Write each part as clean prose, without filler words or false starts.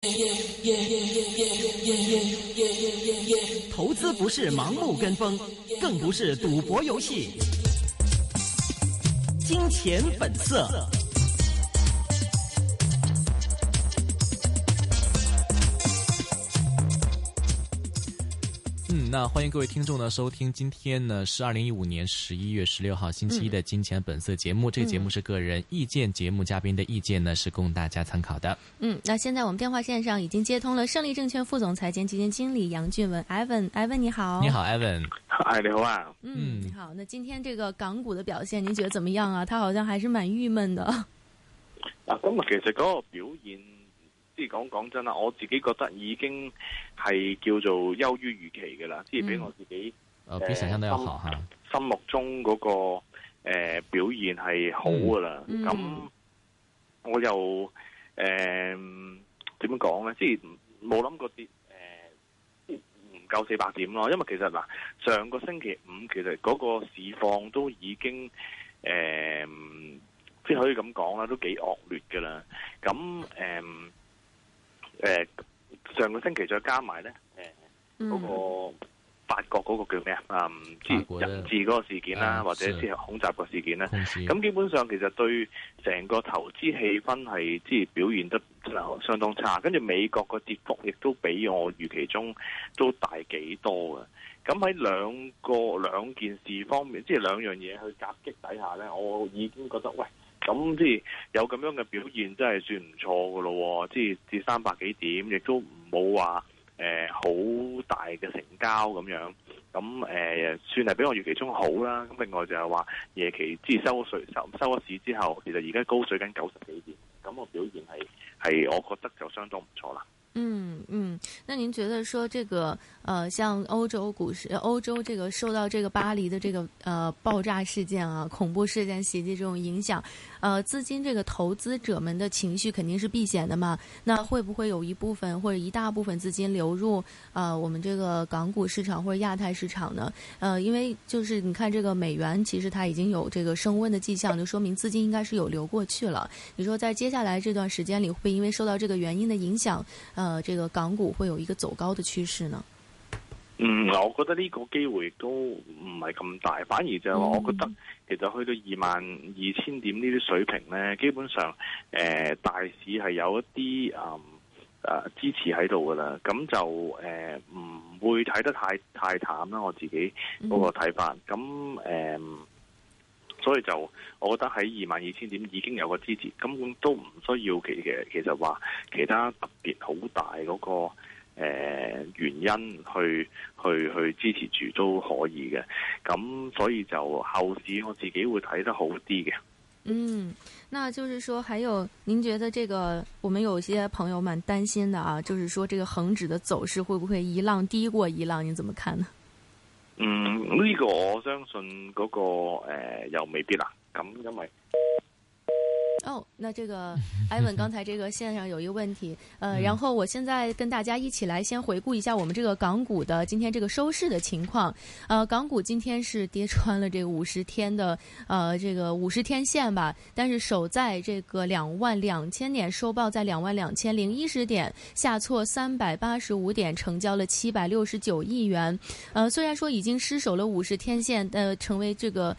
投资不是盲目跟风，更不是赌博游戏。金钱本色。 那欢迎各位听众呢收听今天呢是2015年11月16号星期一的金钱本色节目。这个节目是个人意见节目，嘉宾的意见呢是供大家参考的。 那现在我们电话线上已经接通了胜利证券副总裁兼基金经理杨俊文 Ivan 你好。 你好 Ivan。 你好啊。 你好。那今天这个港股的表现您觉得怎么样啊？他好像还是蛮郁闷的。 今日其實嗰個表現即係講真啦，我自己覺得已經係叫做優於預期嘅啦，即係比我自己比想象都要好哈。 心目中嗰個表現係好噶啦。咁我又點樣講咧？即係冇諗過跌即係唔夠400點咯。因為其實嗱，上個星期五其實嗰個市況都已經即係可以咁講啦，都幾惡劣噶啦。咁上個星期再加埋咧，嗰個法國嗰個叫咩啊？即係人質嗰個事件啦，或者即係恐襲個事件啦。咁基本上其實對成個投資氣氛係即係表現得真係相當差。跟住美國個跌幅亦都比我預期中都大幾多嘅。咁喺兩件事方面，即係兩樣嘢去夾擊底下咧，我已經覺得喂。咁即係有咁樣嘅表現，真係算唔錯噶咯。即係至300幾點，亦都冇話好大嘅成交咁樣。咁算係比我預期中好啦。咁另外就係話夜期即係收咗市之後，其實而家高水緊90幾點。咁個表現係我覺得就相當唔錯啦。 那您觉得说这个像欧洲股市，欧洲这个受到这个巴黎的这个爆炸事件啊、恐怖事件袭击这种影响，资金这个投资者们的情绪肯定是避险的嘛？那会不会有一部分或者一大部分资金流入我们这个港股市场或者亚太市场呢？因为就是你看这个美元其实它已经有这个升温的迹象，就说明资金应该是有流过去了。你说在接下来这段时间里，会不会因为受到这个原因的影响，这个港股會有一個走高的趨勢呢？ 我覺得呢個機會都唔係咁大，反而就係話我覺得其實去到22,000點呢啲水平咧，基本上大市係有一啲支持喺度噶啦，咁就唔會睇得太淡啦，我自己嗰個睇法。咁所以就我覺得喺22,000點已經有個支持，根本都唔需要其實話其他特別好大嗰個原因去支持住都可以嘅。咁所以就後市我自己會睇得好啲嘅。 那就是說還有您覺得這個我們有些朋友蠻擔心的啊，就是說這個恒指的走勢會不會一浪低過一浪，你怎麼看呢？ 呢個我相信嗰個又未必啦。咁因為那這個 Ivan 剛才這個線上有一個問題，然後我現在跟大家一起來先回顧一下我們這個港股的今天這個收市的情況。港股今天是跌穿了這個50天的這個50天線吧，但是守在這個22,000點，收報在22,010點，下挫385點，成交了769億元。雖然說已經失守了50天線，成為這個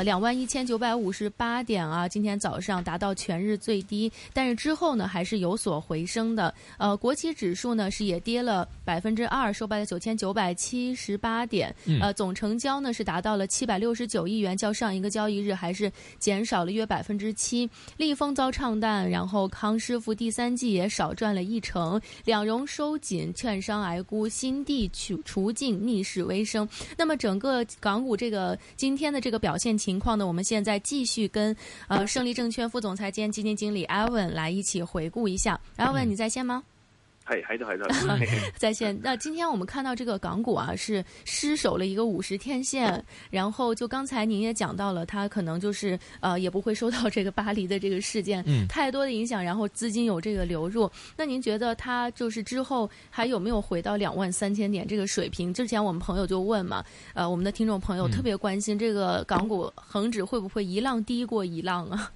21,958點啊，今天早上達到全日最低，但是之後呢還是有所回升的。國企指數呢是也跌了2%，收報在9,978點。總成交呢是達到了769億元，較上一個交易日還是減少了約7%。利豐遭唱淡，然後康師傅第三季也少賺了1%，兩融收緊，券商挨沽，新地除淨逆勢微升。那麼整個港股這個今天的這個表現情況呢，我們現在繼續跟勝利證券副總裁兼基金經理 Ivan 來一起回顧一下。Ivan 你在線嗎？ 喺度在線。那今天我們看到這個港股啊是失守了一個50天線，然後就剛才您也講到了，它可能就是也不會受到這個巴黎的這個事件太多的影響，然後資金有這個流入。那您覺得它就是之後還有沒有回到23,000點這個水平？之前我們朋友就問嘛，我們的聽眾朋友特別關心這個港股恒指會不會一浪低過一浪啊？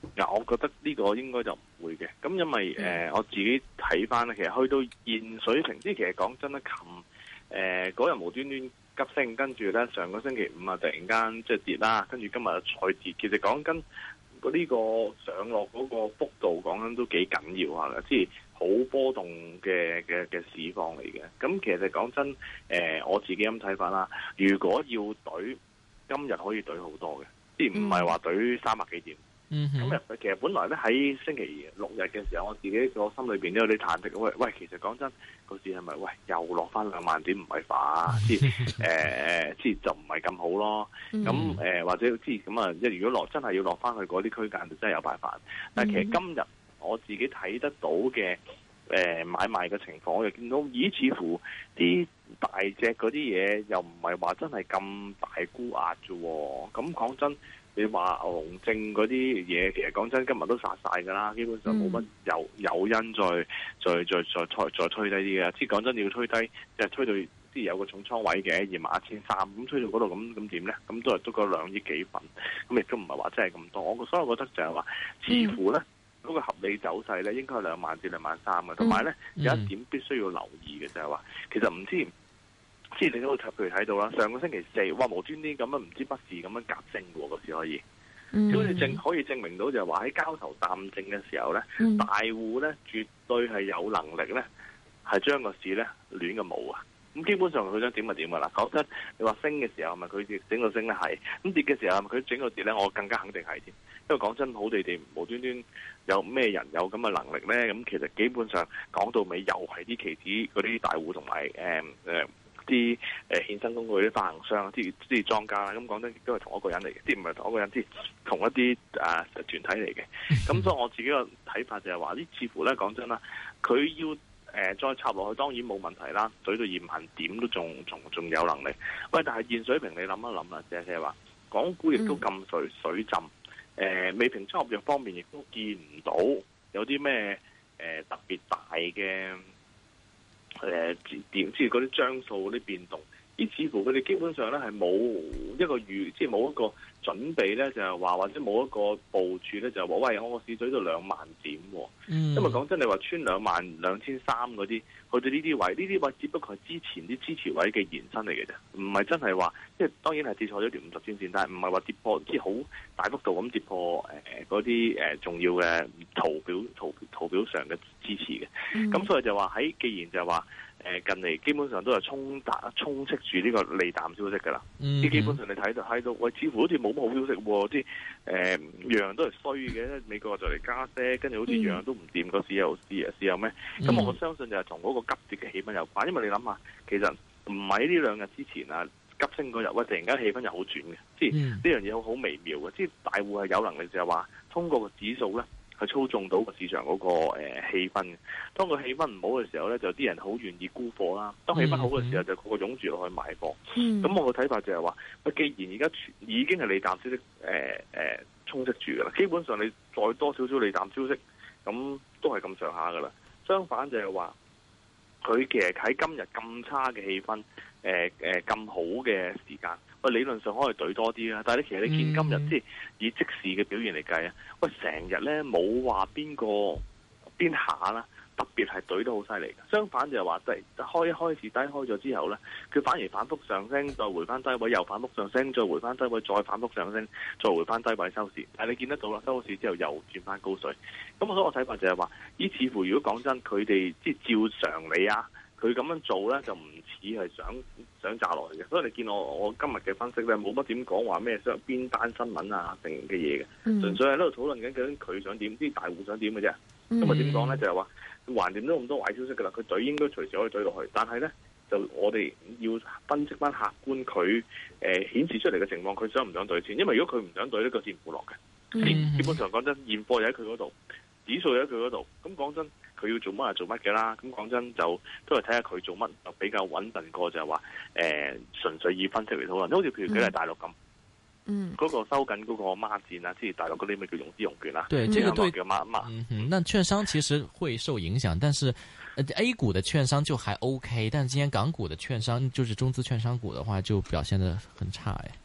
我覺得呢個應該就唔會嘅。咁因為我自己睇翻咧，其實去到現水平，即係其實講真啦，嗰日無端端急升，跟住咧上個星期五啊，突然間即係跌啦，跟住今日再跌。其實講緊呢個上落嗰個幅度，講緊都幾緊要下嘅，即係好波動嘅市況嚟嘅。咁其實講真，我自己咁睇法啦。如果要懟，今日可以懟好多嘅，即係唔係話懟300幾點。咁其實本來咧喺星期六日嘅時候，我自己個心裏邊都有啲忐忑。喂，其實講真，個市係咪又落翻2萬點唔係化？即係就唔係咁好咯。咁或者即係咁啊，如果真係要落翻去嗰啲區間，就真係有辦法。但係其實今日我自己睇得到嘅買賣嘅情況，我就見到似乎啲大隻嗰啲嘢又唔係話真係咁大沽壓啫。咁講真。你話牛熊證嗰啲嘢，其實講真，今日都殺晒㗎啦，基本上冇乜誘因再推低啲嘅。即係講真，你要推低，就係推到即係有個重倉位嘅21,300，咁推到嗰度咁點咧？咁都個2億幾份，咁亦都唔係話真係咁多。所以我覺得就係話，似乎咧嗰個合理走勢咧，應該係2萬至23,000嘅。同埋咧有一點必須要留意嘅就係話，其實唔知。即係你都譬如睇到啦，上個星期4，無端端咁樣唔知不時咁樣夾升喎，個市可以。咁你可以證明到就係話喺交投淡靜嘅時候咧，大戶咧絕對係有能力咧，係將個市咧亂咁舞啊！咁基本上佢想點就點㗎啦。講真，你話升嘅時候係咪佢整到升咧？係。咁跌嘅時候係咪佢整到跌咧？我更加肯定係添。因為講真，好地無端端有咩人有咁嘅能力咧？咁其實基本上講到尾又係啲期指嗰啲大戶同埋啲衍生工具啲發行商，即係莊家啦。咁講真，亦都係同一個人嚟嘅，即係唔係同一個人，即係同一啲團體嚟嘅。咁所以我自己個睇法就係話，似乎咧講真啦，佢要再插落去，當然冇問題啦。懟到2萬點都仲有能力。喂，但係現水平你諗一諗啦，即係話港股亦都咁水浸，未平倉合約方面亦都見唔到有啲咩特別大嘅。即係嗰啲張數嗰啲變動，似乎佢哋基本上咧係冇一個即係冇一個準備咧，就係話或者冇一個部署咧，就係話喂，我個市水到2萬點，因為講真，你話穿22,300嗰啲，去到呢啲位，呢啲位只不過係之前啲支持位嘅延伸嚟嘅啫，唔係真係話，即係當然係跌錯咗條50天線，但係唔係話跌破，即係好大幅度咁跌破嗰啲重要嘅圖表上嘅支持嘅。咁所以就話既然就係話近嚟基本上都係充斥住呢個利淡消息㗎啦。即基本上你睇到，喂，似乎好似冇乜好消息喎，即係樣樣都係衰嘅。美國就嚟加息，跟住好似樣樣都唔掂，個市又咩？咁我相信就係同嗰個急跌嘅氣氛有關。因為你諗下，其實唔係呢2日之前啊，急升嗰日，喂，突然間氣氛又好轉嘅，即係呢樣嘢好微妙嘅。即係大戶係有能力就係話通過個指數咧，去操縱到個市場嗰個氣氛。當個氣氛唔好嘅時候咧，就啲人好願意沽貨啦。當氣氛好嘅時候，就個個湧住落去買貨。咁我嘅睇法就係話，既然而家已經係利淡消息充斥住㗎啦，基本上你再多少少利淡消息，咁都係咁上下㗎啦。相反就係話，佢其實喺今日咁差嘅氣氛，咁好嘅時間，喂，理論上可以懟多啲啦。但係你其實你見今日即係以即時嘅表現嚟計啊，喂，成日咧冇話邊下啦，特別係懟得好犀利嘅。相反就係話，即係一開始低開咗之後咧，佢反而反覆上升，再回翻低位，又反覆上升，再回翻低位，再反覆上升，再回翻低位收市。但係你見得到啦，收市之後又轉翻高水。咁所以我睇法就係話，似乎如果講真，佢哋即係照常理啊，佢咁樣做咧就唔似係想炸落去嘅。所以你見我今日嘅分析咧，冇乜點講話咩邊單新聞啊定嘅嘢嘅，純粹係喺度討論緊究竟佢想點，啲大戶想點嘅啫。咁啊點講咧？就係話橫掂都咁多壞消息㗎啦，佢懟應該隨時可以懟落去。但係咧，就我哋要分析翻客觀佢顯示出嚟嘅情況，佢想唔想懟先？因為如果佢唔想懟，呢個市唔會落嘅。基本上講真，現貨又喺佢嗰度，指數又喺佢嗰度。咁講真，佢要做乜就做乜嘅啦。咁講真就都係睇下佢做乜就比較穩陣過就係話純粹以分析嚟討論。好似譬如佢係大陸咁。嗰個收緊嗰個孖展啊，即係大陸嗰啲咩叫融資融券啊？ 對，這個對叫孖。 那券商其實會受影響，但是A 股的券商就還 OK，但今天港股的券商，就是中資券商股的話，就表現得很差誒。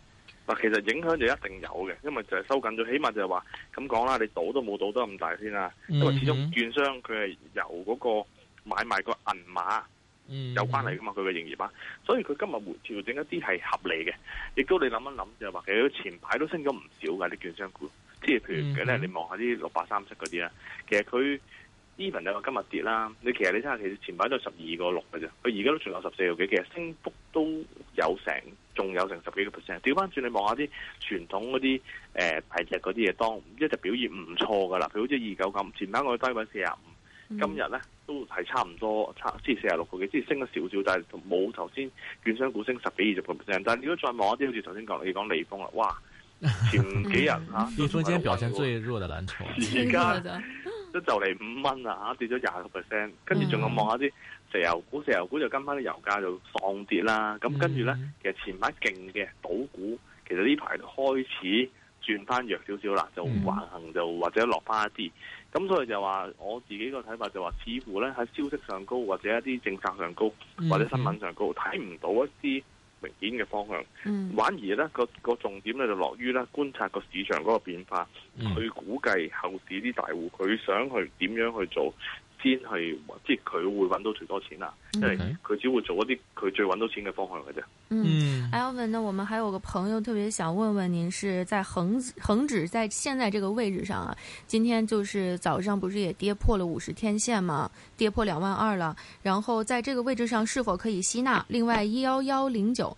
嗱，其實影響就一定有嘅，因為就係收緊咗，起碼就係話咁講啦，你賭都冇賭得咁大先啦，因為始終券商佢係由嗰個買賣個銀碼有關係噶嘛，佢嘅營業額，所以佢今日回調整一啲係合理嘅，亦都你諗一諗就係話，其實佢前排都升咗唔少㗎啲券商股，即係譬如嘅咧，你望下啲6837嗰啲啦，其實佢 even 你話今日跌啦，你其實你睇下，其實前排都係12.6嘅啫，佢而家都仲有14個幾，其實升幅都仲有成10幾個 percent。調翻轉你望下啲傳統嗰啲大隻嗰啲嘢，當一隻表現唔錯㗎啦，佢好似299咁，前排我低位45。今日咧都係差唔多，即係46個幾，即係升咗少少，但係冇頭先券商股升10幾20個 percent。但係如果再望一啲，好似頭先講你講利豐啦，哇！前幾日利豐今天表現最弱嘅藍籌， 而家都就嚟5蚊啦，跌咗20個 percent。跟住仲有望下啲石油股，石油股就跟翻啲油價就喪跌啦。咁跟住咧，其實前排勁嘅賭股，其實呢排都開始轉翻弱少少啦，就橫行就或者落翻一啲。咁所以就話我自己個睇法就話，似乎咧喺消息上高或者一啲政策上高或者新聞上高，睇唔到一啲明顯嘅方向，反而咧個重點咧就落於咧觀察個市場嗰個變化，去估計後市啲大戶佢想去點樣去做，先係即係佢會揾到最多錢啦，因為佢只會做一啲佢最揾到錢嘅方向嘅啫。 Alvin 呢，我們還有個朋友特別想問問您，是在恒指在現在這個位置上啊，今天就是早上不是也跌破了50天線嘛，跌破22000了，然後在這個位置上是否可以吸納？另外1109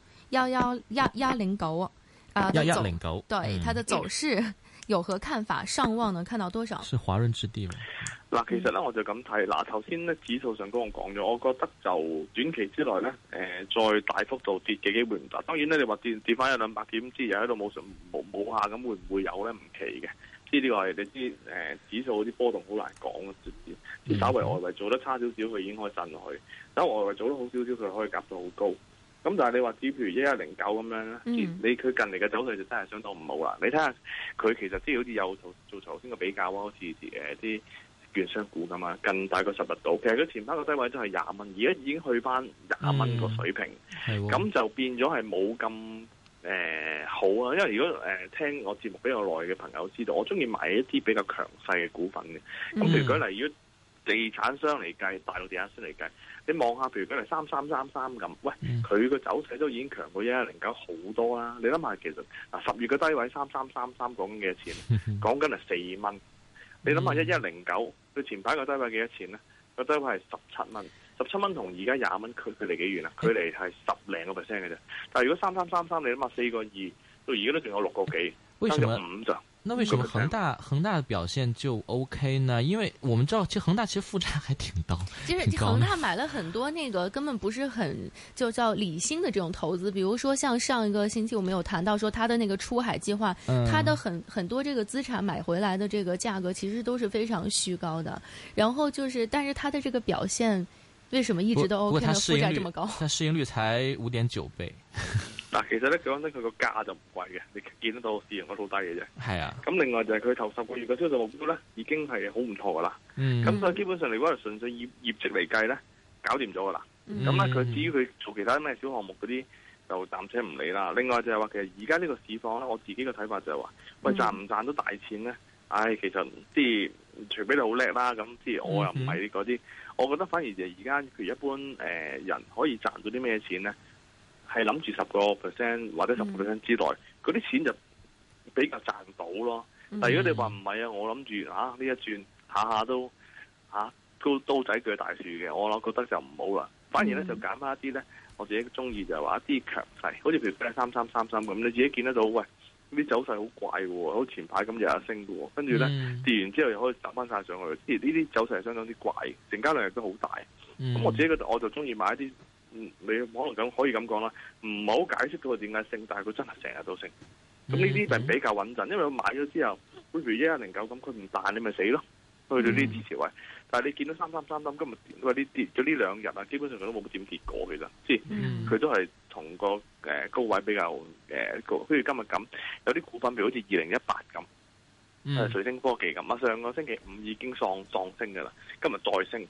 啊 ，1109 對它的走勢有何看法？上望能看到多少？ 是華潤置地嗎？ 嗱，其實咧我就咁睇，嗱頭先咧指數上高我講咗，我覺得就短期之內咧，再大幅度跌嘅機會唔大。當然咧，你話跌翻100-200點，之又喺度冇下，咁會唔會有咧？唔奇嘅。呢個係你知指數啲波動好難講嘅，稍微外圍做得差少少，佢已經可以震落去；稍微外圍做得好少少，佢可以夾到好高。咁但係你話只譬如1109咁樣咧，你佢近嚟嘅走勢就真係相當唔好啦。你睇下佢其實即係好似有做頭先嘅比較啊，好似啲券商股咁啊，近大概10日度，其實佢前排個低位都係20蚊，而家已經去翻20蚊個水平，咁就變咗係冇咁好啊。因為如果聽我節目比較耐嘅朋友知道，我中意買一啲比較強勢嘅股份嘅。咁譬如舉例，如果地產商嚟計，大陸地產商嚟計，你望下譬如舉例3333咁，喂，佢個走勢都已經強過1109好多啦。你諗下，其實10月嘅低位3333講緊幾多錢？講緊係4蚊。你諗下1109，佢前排個低位幾多錢咧？個低位係17蚊，17蚊同而家20蚊距離幾遠啊？距離係10零個 percent 嘅啫。但係如果3333，你諗下4個2，到而家都仲有6個幾， 為什麼 5咋？ 那為什麼恒大的表現就 OK 呢？因為我們知道，其實恒大其實負債還挺高。 其實恒大買了很多那個根本不是很就叫理性的這種投資，比如說像上一個星期我們有談到說他的那個出海計劃，他的很多這個資產買回來的這個價格其實都是非常虛高的。然後就是，但是他的這個表現為什麼一直都 OK 呢？負債這麼高， 他市盈率才5.9倍。 嗱，其實咧講真，佢個價就唔貴嘅，你見得到市盈率好低嘅啫。係啊。 咁另外就係佢頭10個月嘅銷售目標咧，已經係好唔錯噶啦。咁所以基本上，如果係純粹以業績嚟計咧，搞掂咗噶啦。咁咧，佢至於佢做其他咩小項目嗰啲，就暫且唔理啦。另外就係話，其實而家呢個市況咧，我自己嘅睇法就係話，喂，賺唔賺到大錢咧？唉，其實即係除非你好叻啦，咁即係我又唔係嗰啲。我覺得反而就而家譬如一般人可以賺到啲咩錢咧？係諗住10% 或者10% 之內，嗰啲錢就比較賺到咯。但如果你話唔係啊，我諗住呢一轉下下都刀仔鋸大樹嘅，我覺得就唔好啦。反而咧就揀翻一啲咧，我自己中意就係話一啲強勢，好似譬如3333咁，你自己見得到，喂，啲走勢好怪喎，好似前排咁日日升嘅喎，跟住咧跌完之後又可以搭翻晒上去，即係呢啲走勢係相當之怪，成交量亦都好大。咁我自己我就中意買一啲。你可能可以咁講啦，唔好解釋到佢點解升，但係佢真係成日都升。咁呢啲就比較穩陣，因為佢買咗之後，譬如1109咁，佢唔彈你咪死咯，去到呢啲支持位。但係你見到3333今日啲跌咗呢2日啊，基本上佢都冇乜點跌過其實，即係佢都係同個高位比較高。好似今日咁，有啲股份譬如好似2018咁，瑞聲科技咁啊，上個星期5已經喪升㗎啦，今日再升。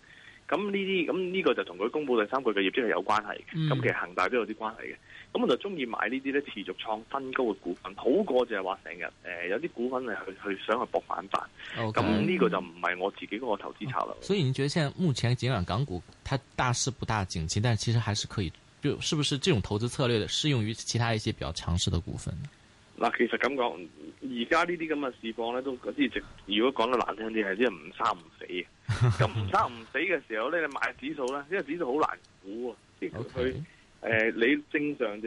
咁呢個就同佢公佈第三季嘅業績係有關係嘅。咁其實恒大都有啲關係嘅。咁我就中意買呢啲咧持續創新高嘅股份，好過就係話成日有啲股份係去想去搏反彈。咁呢個就唔係我自己嗰個投資策略。 所以你覺得現在目前儘管港股它大勢不大景氣，但其實還是可以，就是不是這種投資策略適用於其他一些比較強勢的股份？ 嗱，其實咁講，而家呢啲咁嘅市況咧，都嗰啲如果講得難聽啲係即係唔生唔死嘅。咁唔生唔死嘅時候咧，你買指數咧，因為指數好難估啊，即係佢。你正常就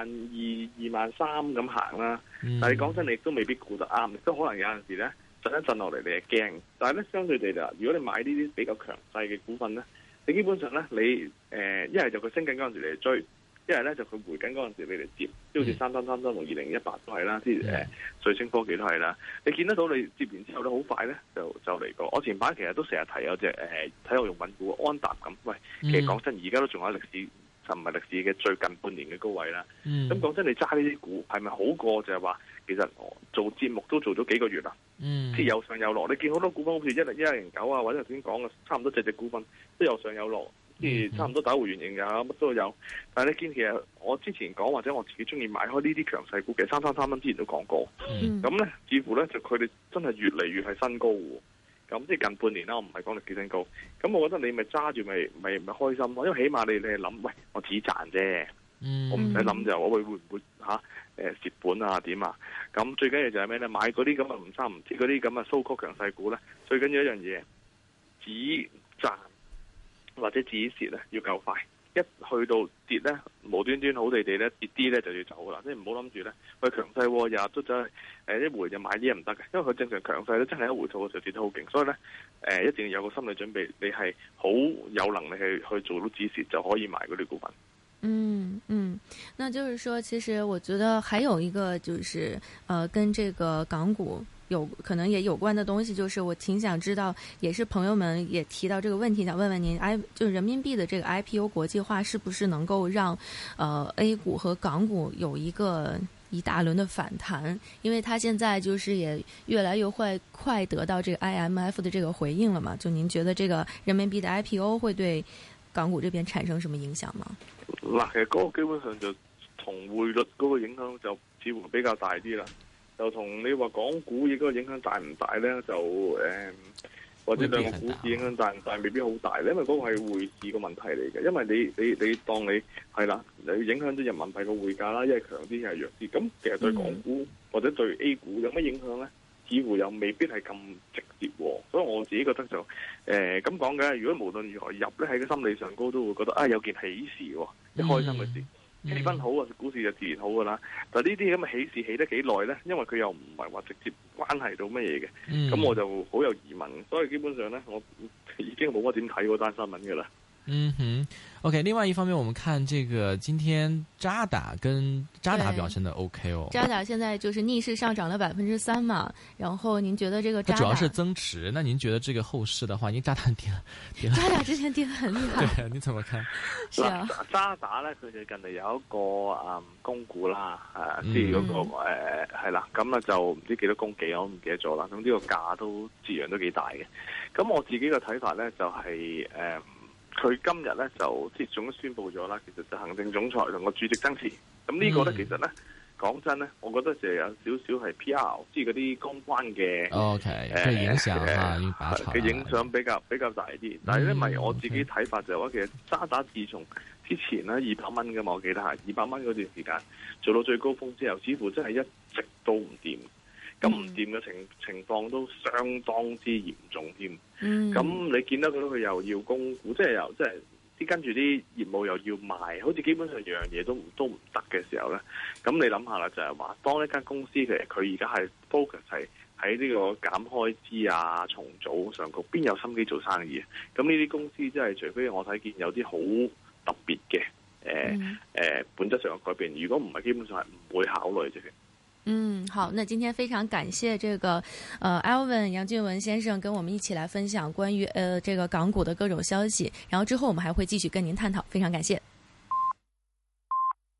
22,000、23,000咁行啦，但係講真，你亦都未必估得啱，亦都可能有陣時咧震一震落嚟，你係驚。但係咧，相對地就，如果你買呢啲比較強勢嘅股份咧，你基本上咧，你一係就佢升緊嗰陣時你嚟追，一係咧就佢回緊嗰陣時你嚟接，即好似3333同2018都係啦，即係瑞聲科技都係啦。你見得到你接完之後咧，好快咧就嚟過。我前排其實都成日提有隻體育用品股安踏咁，喂，其實講真，而家都仲有歷史。就唔係歷史嘅最近半年嘅高位啦。咁講真，你揸呢啲股係咪好過就係話，其實我做節目都做咗幾個月啦。即係有上有落。你見好多股份好似1109啊，或者頭先講嘅差唔多隻股份都有上有落，即係差唔多打回原形㗎，乜都有。但係你見其實我之前講或者我自己中意買開呢啲強勢股嘅333蚊之前都講過。咁咧，似乎咧就佢哋真係越嚟越係新高喎。咁即係近半年啦，我唔係講歷史新高。咁我覺得你咪揸住咪開心咯，因為起碼你係諗，喂，我只賺啫，我唔使諗就我會唔會蝕本啊點啊？咁最緊要就係咩咧？買嗰啲咁嘅唔三唔四嗰啲咁嘅so called強勢股咧，最緊要一樣嘢，只賺或者止蝕咧要夠快。一去到跌咧，無端端好地地咧跌啲咧就要走啦，即係唔好諗住咧，佢強勢日日都走去一回就買啲嘢唔得嘅，因為佢正常強勢咧真係一回吐嘅時候跌得好勁，所以咧一定要有個心理準備，你係好有能力去做到止蝕就可以買嗰啲股份。 那就是說，其實我覺得還有一個就是跟這個港股可能也有關的東西，就是我挺想知道，也是朋友們也提到這個問題，想問問您，就是人民幣的這個 IPO 國際化是不是能夠讓A 股和港股有一大輪的反彈？因為它現在就是也越來越快得到這個 IMF 的這個回應了嘛，就您覺得這個人民幣的 IPO 會對港股這邊產生什麼影響嗎？ 嗱，其實嗰個基本上就同匯率嗰個影響就似乎比較大啲啦。就同你話港股嗰個影響大唔大咧？就或者兩個股市影響大唔大，未必好大咧。因為嗰個係匯市個問題嚟嘅。因為你當你係啦，你影響咗人民幣個匯價啦，一係強啲，一係弱啲。咁其實對港股或者對 A 股有乜影響咧？似乎又未必係咁直接。所以我自己覺得就咁講嘅。如果無論如何入咧，喺個心理上高都會覺得有件喜事，一開心嘅事。氣氛好啊，股市就自然好噶啦。但係呢啲咁嘅喜事起得幾耐咧？因為佢又唔係話直接關係到乜嘢嘅。咁我就好有疑問。所以基本上咧，我已經冇乜點睇嗰單新聞噶啦。 OK。另外一方面，我們看這個今天渣打表現得 OK 哦。 渣打現在就是逆勢上漲了3%嘛。然後您覺得這個渣打主要是增持，那您覺得這個後市的話，因為渣打跌了。 渣打之前跌得很厲害。 對，你怎麼看？ 是啊， 渣打咧，佢哋近嚟有一個供股啦，即係嗰個係啦，咁就唔知幾多公幾，我唔記得咗啦。咁呢個價都自然都幾大嘅。咁我自己嘅睇法咧就係佢今日咧就即係總宣佈咗啦，其實就行政總裁同個主席增持。咁呢個咧其實咧講真咧，我覺得就有少少係 PR，即係嗰啲公關嘅影響嘅影響比較大啲。但係因為我自己睇法就係話，其實渣打自從之前咧200蚊嘅嘛，我記得係200蚊嗰段時間做到最高峰之後，似乎真係一直都唔掂。咁唔掂嘅情況都相當之嚴重添。咁你見到佢又要供股，即係啲跟住啲業務又要賣，好似基本上樣嘢都唔得嘅時候咧，咁你諗下啦，就係話當一間公司其實佢而家係 focus 係喺呢個減開支啊、重組上局，邊有心機做生意啊？咁呢啲公司真係除非我睇見有啲好特別嘅本質上嘅改變，如果唔係，基本上係唔會考慮嘅。 好，那今天非常感謝這個Alvin 楊俊文先生跟我們一起來分享關於這個港股的各種消息，然後之後我們還會繼續跟您探討，非常感謝。